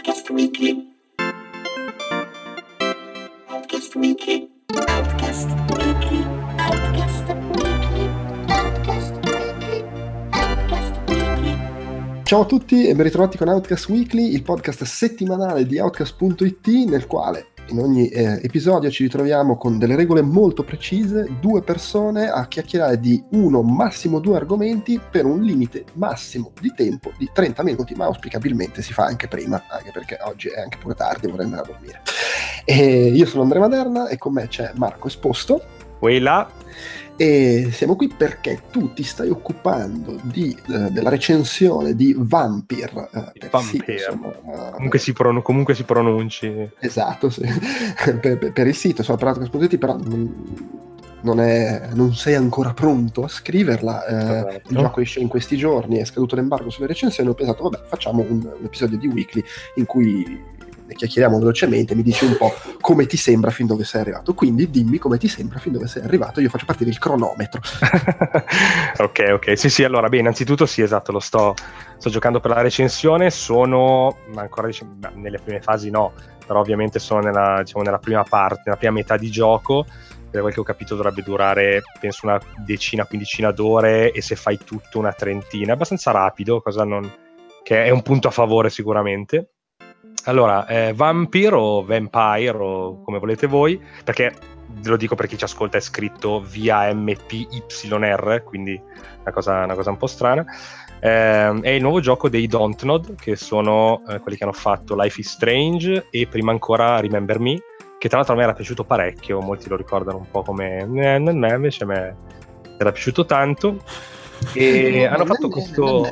Outcast Weekly. Outcast Weekly. Outcast Weekly. Outcast Weekly. Outcast Weekly. Outcast Weekly. Ciao a tutti e ben ritrovati con Outcast Weekly, il podcast settimanale di Outcast.it, nel quale in ogni episodio ci ritroviamo con delle regole molto precise, due persone a chiacchierare di uno, massimo due argomenti per un limite massimo di tempo di 30 minuti, ma auspicabilmente si fa anche prima, anche perché oggi è anche pure tardi, vorrei andare a dormire. Io sono Andrea Maderna e con me c'è Marco Esposto. Là. E siamo qui perché tu ti stai occupando della recensione di Vampire. Comunque si pronunci. Esatto, sì. per il sito, sono per Outcast.it, però non sei ancora pronto a scriverla. Esatto. Il gioco esce in questi giorni, è scaduto l'embargo sulle recensioni, ho pensato, vabbè, facciamo un episodio di Weekly in cui ne chiacchieriamo velocemente, mi dici un po' come ti sembra fin dove sei arrivato, quindi dimmi come ti sembra fin dove sei arrivato, io faccio partire il cronometro. ok, sì, allora, beh, innanzitutto sì, esatto, lo sto giocando per la recensione, sono ancora nelle prime fasi no, però ovviamente sono nella prima parte, nella prima metà di gioco. Per quel che ho capito dovrebbe durare penso una quindicina d'ore, e se fai tutto una trentina, abbastanza rapido, che è un punto a favore sicuramente. Allora, Vampire o Vampire o come volete voi, perché ve lo dico per chi ci ascolta, è scritto VAMPYR, quindi una cosa un po' strana. È il nuovo gioco dei Dontnod, che sono quelli che hanno fatto Life is Strange e prima ancora Remember Me, che tra l'altro a me era piaciuto parecchio, molti lo ricordano un po' come invece a me era piaciuto tanto. E hanno fatto questo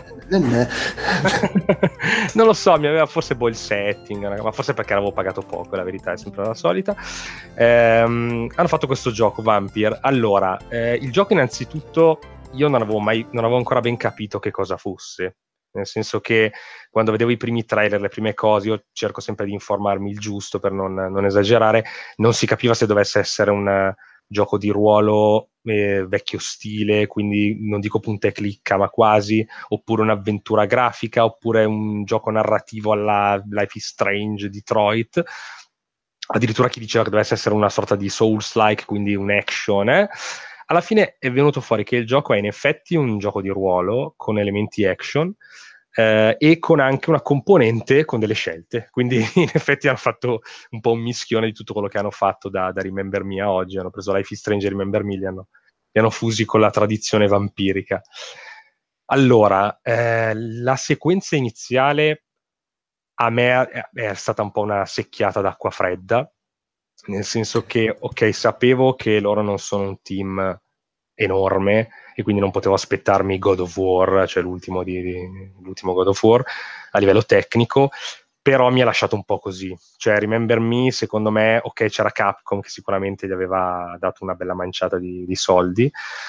non lo so, mi aveva forse il setting, ma forse perché l'avevo pagato poco, la verità è sempre la solita. Hanno fatto questo gioco Vampire. Allora, il gioco innanzitutto io non avevo ancora ben capito che cosa fosse, nel senso che quando vedevo i primi trailer, le prime cose, io cerco sempre di informarmi il giusto per non esagerare, non si capiva se dovesse essere un gioco di ruolo vecchio stile, quindi non dico punta e clicca, ma quasi, oppure un'avventura grafica, oppure un gioco narrativo alla Life is Strange, Detroit. Addirittura chi diceva che dovesse essere una sorta di Souls-like, quindi un action. Alla fine è venuto fuori che il gioco è in effetti un gioco di ruolo con elementi action, e con anche una componente con delle scelte, quindi in effetti hanno fatto un po' un mischione di tutto quello che hanno fatto da Remember Me a oggi. Hanno preso Life is Strange e Remember Me, li hanno fusi con la tradizione vampirica. Allora, la sequenza iniziale a me è stata un po' una secchiata d'acqua fredda, nel senso che, ok, sapevo che loro non sono un team enorme e quindi non potevo aspettarmi God of War, cioè l'ultimo God of War a livello tecnico, però mi ha lasciato un po' così. Cioè Remember Me, secondo me, ok, c'era Capcom che sicuramente gli aveva dato una bella manciata di soldi,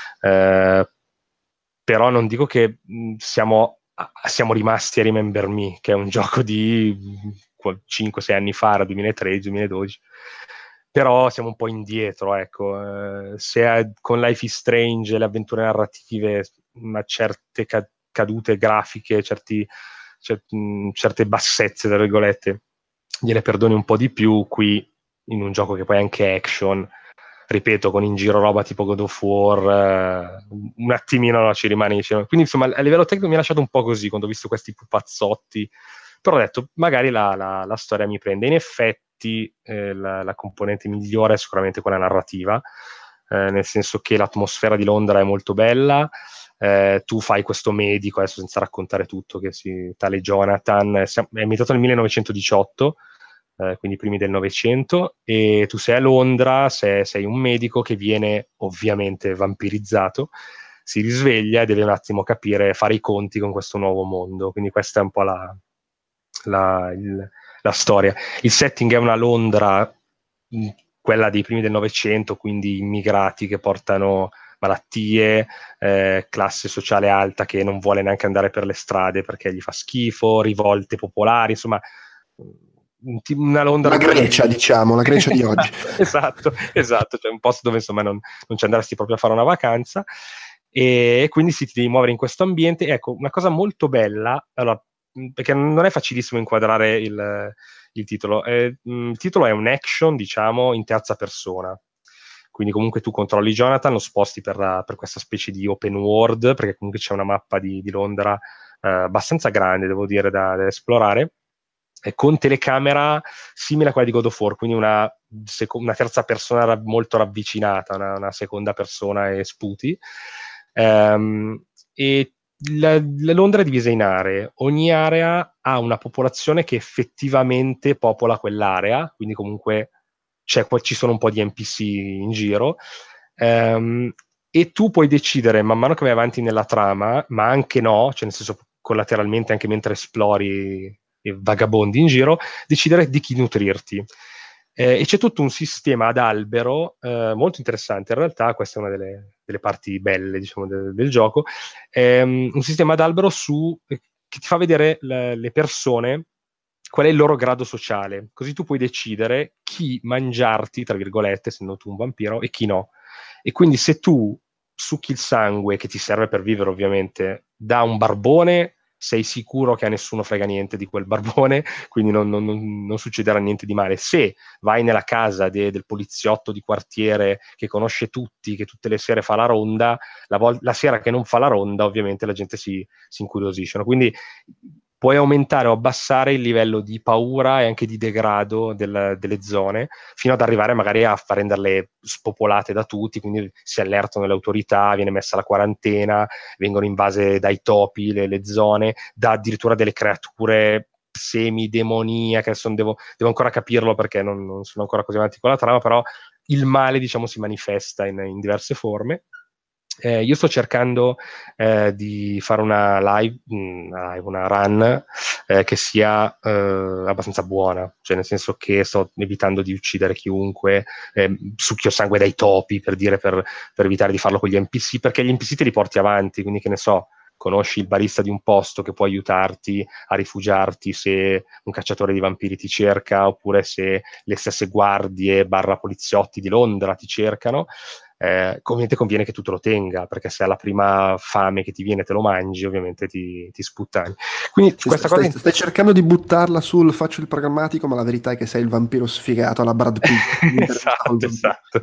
però non dico che siamo rimasti a Remember Me, che è un gioco di 5-6 anni fa, era 2013-2012, però siamo un po' indietro, ecco. Se con Life is Strange le avventure narrative, ma certe cadute grafiche, certe bassezze, tra virgolette, gliele perdoni un po' di più, qui in un gioco che poi è anche action, ripeto, con in giro roba tipo God of War, un attimino no, ci rimane vicino. Quindi insomma a livello tecnico mi ha lasciato un po' così quando ho visto questi pupazzotti, però ho detto magari la storia mi prende. In effetti la componente migliore è sicuramente quella narrativa, nel senso che l'atmosfera di Londra è molto bella. Tu fai questo medico, adesso senza raccontare tutto, che tale Jonathan è ambientato nel 1918, quindi primi del Novecento, e tu sei a Londra, sei un medico che viene ovviamente vampirizzato, si risveglia e deve un attimo fare i conti con questo nuovo mondo. Quindi questa è un po' la storia. Il setting è una Londra, quella dei primi del Novecento, quindi immigrati che portano malattie, classe sociale alta che non vuole neanche andare per le strade perché gli fa schifo, rivolte popolari, insomma una Londra, la Grecia, diciamo, la Grecia di oggi. esatto, cioè un posto dove insomma non ci andresti proprio a fare una vacanza, e quindi ti devi muovere in questo ambiente. Ecco, una cosa molto bella, allora perché non è facilissimo inquadrare il titolo. Il titolo è un action, diciamo, in terza persona. Quindi comunque tu controlli Jonathan, lo sposti per questa specie di open world, perché comunque c'è una mappa di Londra abbastanza grande, devo dire, da esplorare, con telecamera simile a quella di God of War, quindi una terza persona molto ravvicinata, una seconda persona e sputi. E la Londra è divisa in aree. Ogni area ha una popolazione che effettivamente popola quell'area, quindi comunque ci sono un po' di NPC in giro. E tu puoi decidere man mano che vai avanti nella trama, ma anche no, cioè nel senso collateralmente anche mentre esplori e vagabondi in giro, decidere di chi nutrirti. E c'è tutto un sistema ad albero molto interessante. In realtà questa è una delle parti belle, diciamo, del gioco. Un sistema ad albero che ti fa vedere le persone, qual è il loro grado sociale, così tu puoi decidere chi mangiarti, tra virgolette, essendo tu un vampiro, e chi no. E quindi se tu succhi il sangue, che ti serve per vivere ovviamente, da un barbone, sei sicuro che a nessuno frega niente di quel barbone, quindi non succederà niente di male. Se vai nella casa del poliziotto di quartiere che conosce tutti, che tutte le sere fa la ronda, la sera che non fa la ronda ovviamente la gente si incuriosisce. Quindi puoi aumentare o abbassare il livello di paura e anche di degrado delle zone, fino ad arrivare magari a far renderle spopolate da tutti, quindi si allertano le autorità, viene messa la quarantena, vengono invase dai topi le zone, da addirittura delle creature semidemoniache. Adesso devo ancora capirlo perché non sono ancora così avanti con la trama, però il male, diciamo, si manifesta in diverse forme. Io sto cercando di fare una live, una run che sia abbastanza buona, cioè nel senso che sto evitando di uccidere chiunque, succhio sangue dai topi, per dire, per evitare di farlo con gli NPC, perché gli NPC te li porti avanti, quindi che ne so, conosci il barista di un posto che può aiutarti a rifugiarti se un cacciatore di vampiri ti cerca, oppure se le stesse guardie / poliziotti di Londra ti cercano. Ovviamente conviene che tu te lo tenga, perché se alla prima fame che ti viene te lo mangi, ovviamente ti sputtani. Quindi questa cosa stai cercando di buttarla sul faccio il programmatico, ma la verità è che sei il vampiro sfigato alla Brad Pitt. Esatto.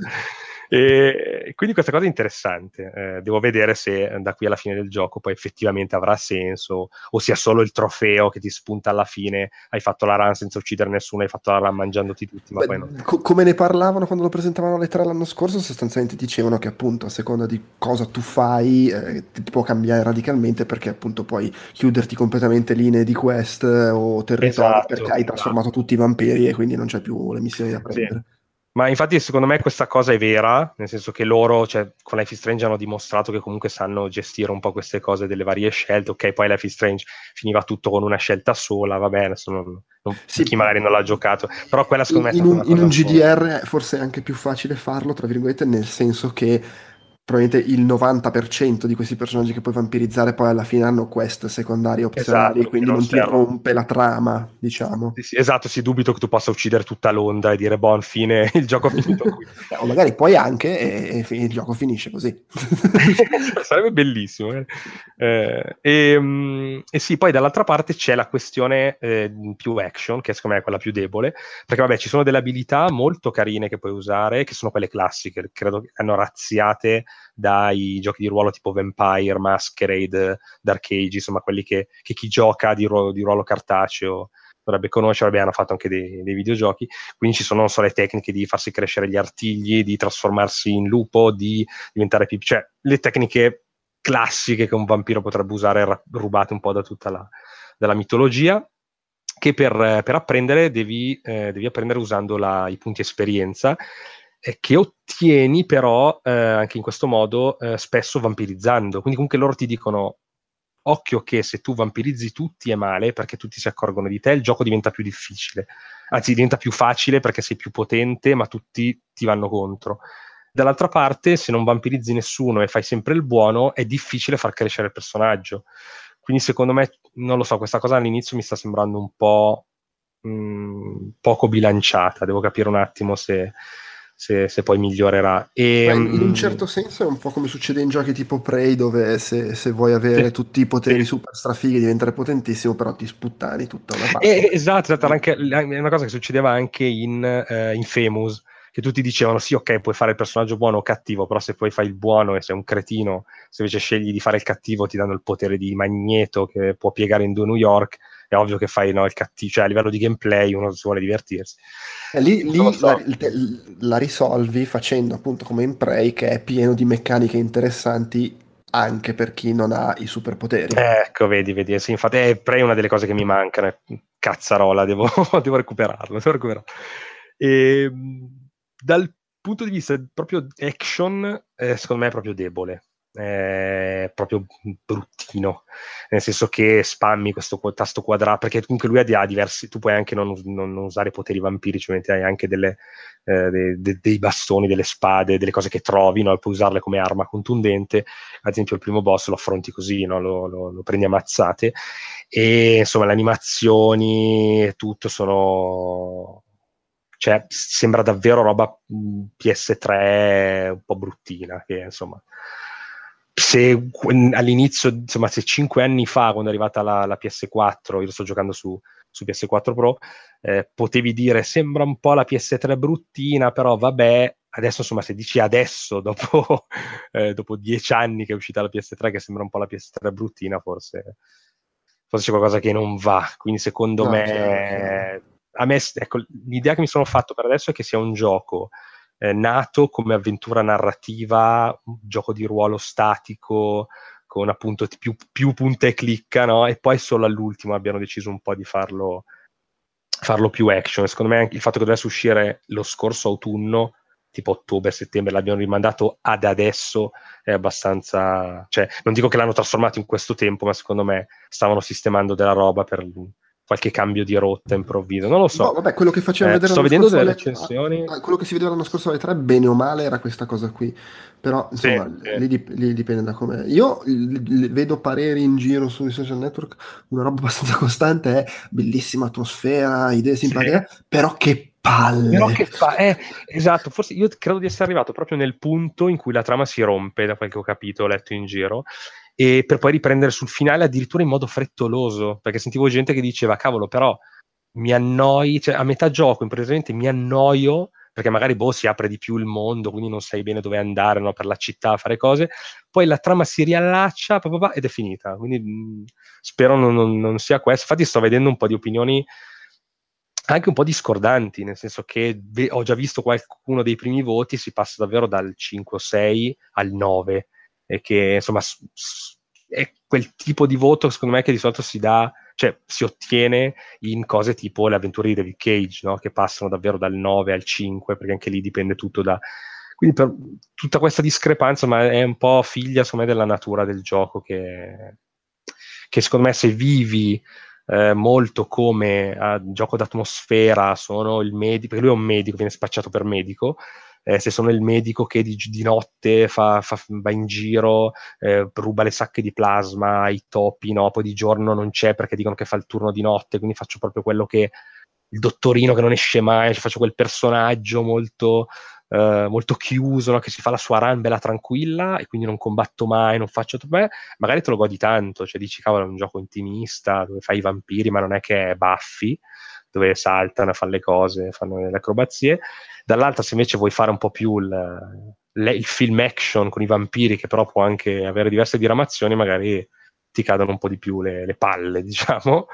E quindi questa cosa è interessante. Devo vedere se da qui alla fine del gioco poi effettivamente avrà senso, o sia solo il trofeo che ti spunta alla fine: hai fatto la run senza uccidere nessuno, hai fatto la run mangiandoti tutti. Ma poi no. Come ne parlavano quando lo presentavano alle 3 l'anno scorso, sostanzialmente dicevano che appunto a seconda di cosa tu fai ti può cambiare radicalmente, perché appunto puoi chiuderti completamente linee di quest o territori, Esatto, perché hai trasformato tutti i vampiri e quindi non c'è più le missioni da prendere. Sì. Ma infatti secondo me questa cosa è vera, nel senso che loro, cioè, con Life is Strange hanno dimostrato che comunque sanno gestire un po' queste cose delle varie scelte. Ok, poi Life is Strange finiva tutto con una scelta sola, va bene, Sì, chi magari non l'ha giocato, però quella secondo me è in stata una cosa un un po'... GDR forse è anche più facile farlo, tra virgolette, nel senso che probabilmente il 90% di questi personaggi che puoi vampirizzare poi alla fine hanno quest secondari opzionali, Esatto, quindi che non non ti servono. rompe la trama, diciamo. Sì, esatto, sì, dubito che tu possa uccidere tutta Londra e dire, boh, fine, il gioco è finito qui. O magari puoi anche e il gioco finisce così. Sarebbe bellissimo. E sì, poi dall'altra parte c'è la questione più action, che secondo me è quella più debole, perché vabbè, ci sono delle abilità molto carine che puoi usare, che sono quelle classiche, credo che hanno razziate dai giochi di ruolo tipo Vampire, Masquerade, Dark Age, insomma quelli che chi gioca di ruolo cartaceo dovrebbe conoscere. Vabbè, hanno fatto anche dei videogiochi, quindi ci sono, non so, le tecniche di farsi crescere gli artigli, di trasformarsi in lupo, di diventare più, cioè le tecniche classiche che un vampiro potrebbe usare, rubate un po' da tutta dalla mitologia, che per apprendere devi apprendere usando i punti esperienza, che ottieni però anche in questo modo spesso vampirizzando. Quindi comunque loro ti dicono: occhio che se tu vampirizzi tutti è male, perché tutti si accorgono di te, il gioco diventa più difficile, anzi diventa più facile perché sei più potente, ma tutti ti vanno contro. Dall'altra parte, se non vampirizzi nessuno e fai sempre il buono, è difficile far crescere il personaggio. Quindi secondo me, non lo so, questa cosa all'inizio mi sta sembrando un po' poco bilanciata. Devo capire un attimo se se poi migliorerà. Ma in un certo senso è un po' come succede in giochi tipo Prey, dove se vuoi avere tutti i poteri super strafighi, diventare potentissimo, però ti sputtani tutta una parte. Esatto, è una cosa che succedeva anche in Famous, che tutti dicevano sì, ok, puoi fare il personaggio buono o cattivo, però se poi fai il buono e sei un cretino, se invece scegli di fare il cattivo ti danno il potere di Magneto che può piegare in due New York, è ovvio che fai, no, il cattivo, cioè a livello di gameplay uno si vuole divertirsi. Lì, Non lo lì so. la risolvi facendo appunto come in Prey, che è pieno di meccaniche interessanti anche per chi non ha i superpoteri. Ecco, vedi, sì, infatti Prey è una delle cose che mi mancano, è cazzarola, devo recuperarlo. E, dal punto di vista proprio action, secondo me è proprio debole, è proprio bruttino, nel senso che spammi questo tasto quadrato, perché comunque lui ha diversi, tu puoi anche non usare poteri vampirici, hai anche dei bastoni, delle spade, delle cose che trovi, no? Puoi usarle come arma contundente. Ad esempio il primo boss lo affronti così, no? Lo prendi a mazzate, e insomma le animazioni e tutto sono, cioè sembra davvero roba PS3 un po' bruttina, che insomma se all'inizio, insomma, se 5 anni fa, quando è arrivata la PS4, io lo sto giocando su PS4 Pro, potevi dire sembra un po' la PS3 bruttina, però vabbè, adesso insomma se dici adesso, dopo 10 anni che è uscita la PS3, che sembra un po' la PS3 bruttina, forse c'è qualcosa che non va, quindi secondo No, chiaro, chiaro. me, a me, ecco, l'idea che mi sono fatto per adesso è che sia un gioco nato come avventura narrativa, un gioco di ruolo statico, con appunto più punta e clicca, no? E poi solo all'ultimo abbiano deciso un po' di farlo più action. Secondo me anche il fatto che dovesse uscire lo scorso autunno, tipo ottobre-settembre, l'abbiano rimandato ad adesso, è abbastanza, cioè non dico che l'hanno trasformato in questo tempo, ma secondo me stavano sistemando della roba per qualche cambio di rotta improvviso, non lo No, so. vabbè, quello che facevano vedere Sto l'anno vedendo scorso delle recensioni. quello che si vedeva l'anno scorso alle 3, bene o male, era questa cosa qui. Però, Sì, insomma, sì. lì dipende da come. Io vedo pareri in giro sui social network, una roba abbastanza costante è bellissima atmosfera, idee Sì. simpatiche, però che Però palle. che esatto, forse io credo di essere arrivato proprio nel punto in cui la trama si rompe, da quel che ho capito, ho letto in giro, e per poi riprendere sul finale addirittura in modo frettoloso, perché sentivo gente che diceva, cavolo, però mi annoi, cioè a metà gioco, improvvisamente mi annoio, perché magari si apre di più il mondo, quindi non sai bene dove andare, no, per la città, a fare cose, poi la trama si riallaccia, ed è finita, quindi spero non sia questo. Infatti sto vedendo un po' di opinioni anche un po' discordanti, nel senso che ho già visto qualcuno dei primi voti, si passa davvero dal 5 o 6 al 9, e che insomma è quel tipo di voto secondo me che di solito si dà, cioè si ottiene in cose tipo le avventure di David Cage, no? Che passano davvero dal 9 al 5, perché anche lì dipende tutto da. Quindi per tutta questa discrepanza, ma è un po' figlia secondo me della natura del gioco, che secondo me se vivi molto come gioco d'atmosfera, sono il medico, perché lui è un medico, viene spacciato per medico, se sono il medico che di notte va in giro, ruba le sacche di plasma ai topi, no? Poi di giorno non c'è perché dicono che fa il turno di notte, quindi faccio proprio quello che il dottorino che non esce mai, faccio quel personaggio molto chiuso, no? Che si fa la sua run bella tranquilla e quindi non combatto mai, non faccio me, magari te lo godi tanto, cioè dici cavolo è un gioco intimista dove fai i vampiri ma non è che è Buffy dove saltano, fanno le cose, fanno le acrobazie. Dall'altra se invece vuoi fare un po' più il film action con i vampiri, che però può anche avere diverse diramazioni, magari ti cadono un po' di più le palle, diciamo.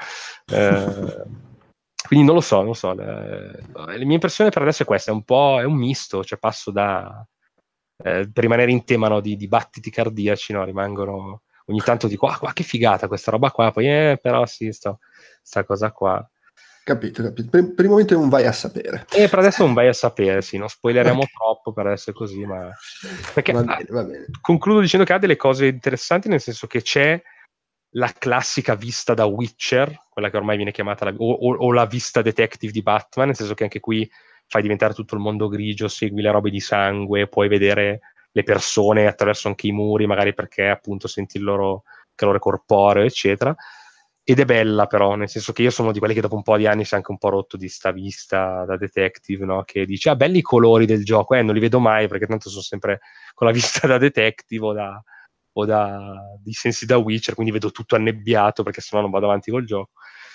Quindi non lo so, la mia impressione per adesso è questa, è un misto, cioè passo per rimanere in tema, no, di battiti cardiaci, no, rimangono, ogni tanto dico, qua che figata questa roba qua, poi però sì, sta cosa qua. Capito, capito. Per il momento non vai a sapere. E per adesso non vai a sapere, sì, non spoileriamo Ok. troppo per essere così, ma perché Va bene, va bene. concludo dicendo che ha delle cose interessanti, nel senso che c'è la classica vista da Witcher, quella che ormai viene chiamata o la vista detective di Batman, nel senso che anche qui fai diventare tutto il mondo grigio, segui le robe di sangue, puoi vedere le persone attraverso anche i muri, magari perché appunto senti il loro calore corporeo, eccetera. ed è bella però, nel senso che io sono di quelli che dopo un po' di anni si è anche un po' rotto di sta vista da detective, no? Che dice, belli i colori del gioco, non li vedo mai perché tanto sono sempre con la vista da detective o di sensi da Witcher, quindi vedo tutto annebbiato perché sennò non vado avanti col gioco.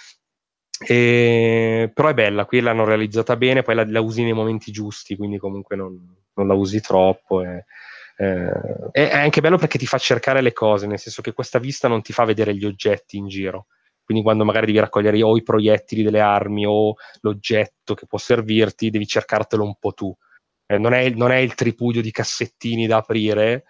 Però è bella, qui l'hanno realizzata bene, poi la usi nei momenti giusti, quindi comunque non la usi troppo. È anche bello perché ti fa cercare le cose, nel senso che questa vista non ti fa vedere gli oggetti in giro. Quindi quando magari devi raccogliere o i proiettili delle armi o l'oggetto che può servirti, devi cercartelo un po' tu. Non è il tripudio di cassettini da aprire,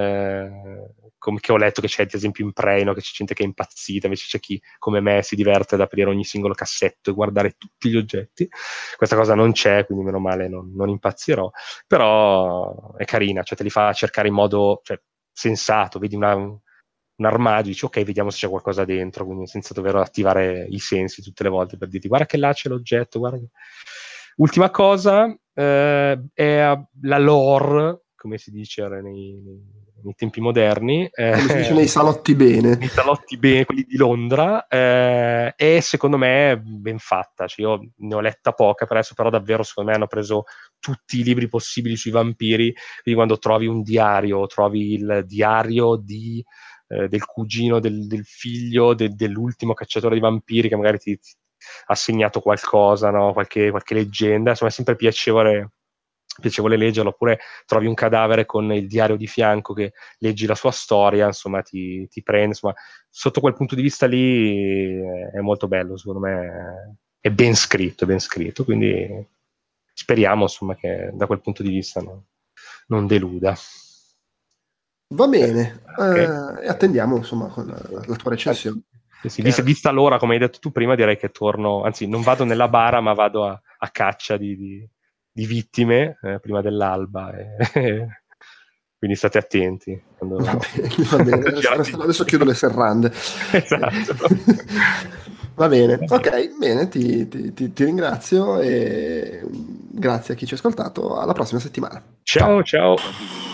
come che ho letto che c'è ad esempio in Prey, no? Che c'è gente che è impazzita, invece c'è chi come me si diverte ad aprire ogni singolo cassetto e guardare tutti gli oggetti. Questa cosa non c'è, quindi meno male non impazzirò, però è carina, cioè te li fa cercare in modo, cioè, sensato, vedi un armadio, dici ok, vediamo se c'è qualcosa dentro, quindi senza dover attivare i sensi tutte le volte per dirti guarda che là c'è l'oggetto, guarda che... Ultima cosa è la lore, come si dice nei tempi moderni, come si dice nei salotti bene, quelli di Londra, è secondo me ben fatta, cioè, io ne ho letta poca per adesso, però davvero secondo me hanno preso tutti i libri possibili sui vampiri, quindi quando trovi un diario, trovi il diario del cugino del figlio dell'ultimo cacciatore di vampiri che magari ti ha segnato qualcosa, no? qualche leggenda, insomma è sempre piacevole leggerlo, oppure trovi un cadavere con il diario di fianco che leggi la sua storia, insomma ti prende, insomma sotto quel punto di vista lì è molto bello, secondo me è ben scritto, quindi speriamo insomma che da quel punto di vista non deluda. Va bene, Okay. e attendiamo insomma la tua recensione. Sì, vista l'ora, come hai detto tu prima, direi che torno, anzi non vado nella bara, ma vado a caccia di vittime prima dell'alba. Quindi state attenti. Va bene. Adesso chiudo le serrande. Esatto. Va bene, ok, bene, ti ringrazio e grazie a chi ci ha ascoltato. Alla prossima settimana. Ciao.